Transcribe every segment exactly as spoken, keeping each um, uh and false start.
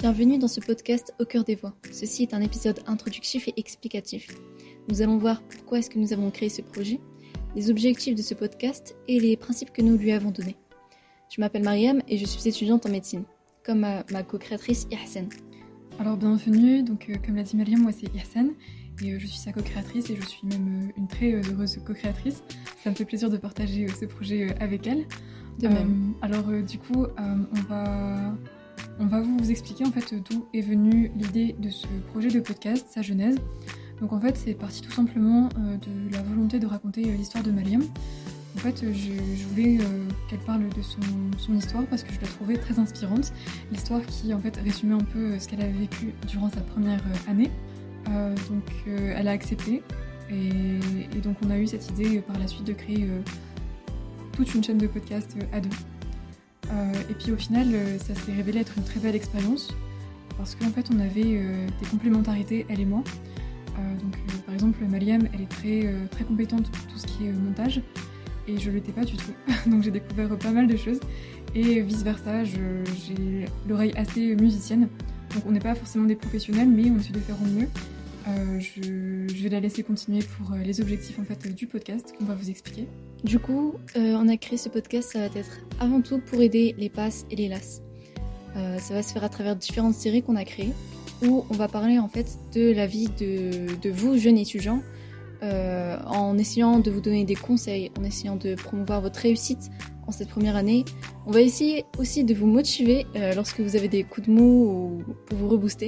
Bienvenue dans ce podcast Au cœur des voix. Ceci est un épisode introductif et explicatif. Nous allons voir pourquoi est-ce que nous avons créé ce projet, les objectifs de ce podcast et les principes que nous lui avons donnés. Je m'appelle Mariam et je suis étudiante en médecine, comme ma, ma co-créatrice Ihsan. Alors bienvenue, donc euh, comme l'a dit Mariam, moi c'est Ihsan et euh, je suis sa co-créatrice et je suis même euh, une très euh, heureuse co-créatrice. Ça me fait plaisir de partager euh, ce projet euh, avec elle. De même. Euh, alors euh, du coup, euh, on va... On va vous expliquer en fait d'où est venue l'idée de ce projet de podcast, sa genèse. Donc en fait c'est parti tout simplement euh, de la volonté de raconter euh, l'histoire de Mariam. En fait euh, je, je voulais euh, qu'elle parle de son, son histoire parce que je la trouvais très inspirante. L'histoire qui en fait résumait un peu euh, ce qu'elle avait vécu durant sa première euh, année. Euh, donc euh, elle a accepté et, et donc on a eu cette idée euh, par la suite de créer euh, toute une chaîne de podcast euh, à deux. Euh, et puis au final, euh, ça s'est révélé être une très belle expérience parce qu'en fait, on avait euh, des complémentarités, elle et moi. Euh, donc, euh, par exemple, Mariam, elle est très, euh, très compétente pour tout ce qui est euh, montage et je ne l'étais pas du tout. Donc, j'ai découvert euh, pas mal de choses et vice versa, je, j'ai l'oreille assez musicienne. Donc, on n'est pas forcément des professionnels, mais on essaie de faire au mieux. Euh, je, je vais la laisser continuer pour euh, les objectifs en fait du podcast qu'on va vous expliquer. Du coup, euh, on a créé ce podcast, ça va être avant tout pour aider les P A S et les L A S. Euh, ça va se faire à travers différentes séries qu'on a créées, où on va parler en fait de la vie de, de vous, jeunes étudiants, euh, en essayant de vous donner des conseils, en essayant de promouvoir votre réussite en cette première année. On va essayer aussi de vous motiver euh, lorsque vous avez des coups de mou ou pour vous rebooster.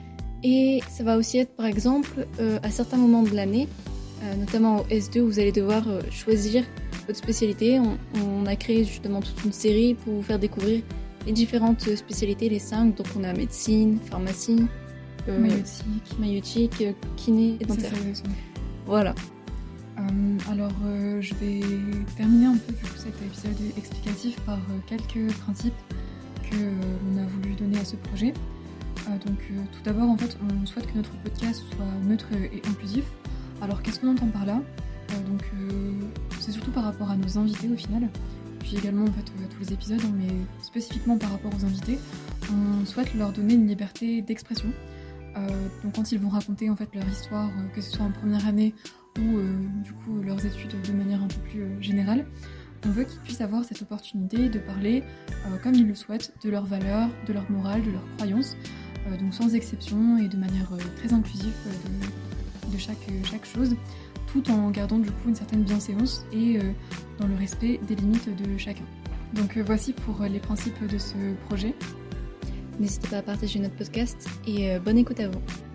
Et ça va aussi être par exemple euh, à certains moments de l'année, euh, notamment au S deux où vous allez devoir euh, choisir votre spécialité. On, on a créé justement toute une série pour vous faire découvrir les différentes spécialités, les cinq. Donc on a médecine, pharmacie, euh, maïeutique, maïeutique, euh, kiné et dentaire. C'est ça, voilà. Euh, alors euh, je vais terminer un peu du coup, cet épisode explicatif par euh, quelques principes que euh, l'on a voulu donner à ce projet. Euh, donc euh, tout d'abord en fait on souhaite que notre podcast soit neutre et inclusif. Alors qu'est-ce qu'on entend par là ? euh, Donc euh, c'est surtout par rapport à nos invités au final, puis également en fait euh, tous les épisodes, hein, mais spécifiquement par rapport aux invités, on souhaite leur donner une liberté d'expression. Euh, donc quand ils vont raconter en fait leur histoire, euh, que ce soit en première année ou euh, du coup leurs études de manière un peu plus euh, générale, on veut qu'ils puissent avoir cette opportunité de parler euh, comme ils le souhaitent de leurs valeurs, de leur morale, de leurs croyances. Euh, donc sans exception et de manière euh, très inclusive euh, de, de chaque, euh, chaque chose, tout en gardant du coup une certaine bienséance et euh, dans le respect des limites de chacun. Donc euh, voici pour euh, les principes de ce projet. N'hésitez pas à partager notre podcast et euh, bonne écoute à vous.